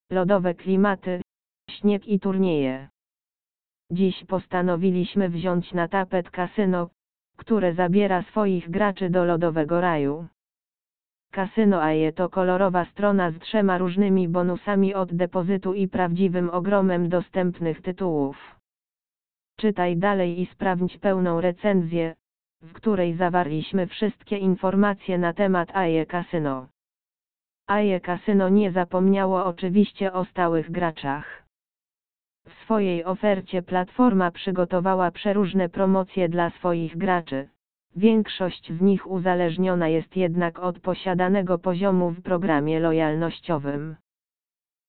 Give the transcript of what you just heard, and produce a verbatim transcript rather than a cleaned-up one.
lodowe klimaty, śnieg i turnieje. Dziś postanowiliśmy wziąć na tapet kasyno, które zabiera swoich graczy do lodowego raju. Kasyno A E to kolorowa strona z trzema różnymi bonusami od depozytu i prawdziwym ogromem dostępnych tytułów. Czytaj dalej i sprawdź pełną recenzję, w której zawarliśmy wszystkie informacje na temat A E Casino. A E Casino nie zapomniało oczywiście o stałych graczach. W swojej ofercie platforma przygotowała przeróżne promocje dla swoich graczy. Większość z nich uzależniona jest jednak od posiadanego poziomu w programie lojalnościowym.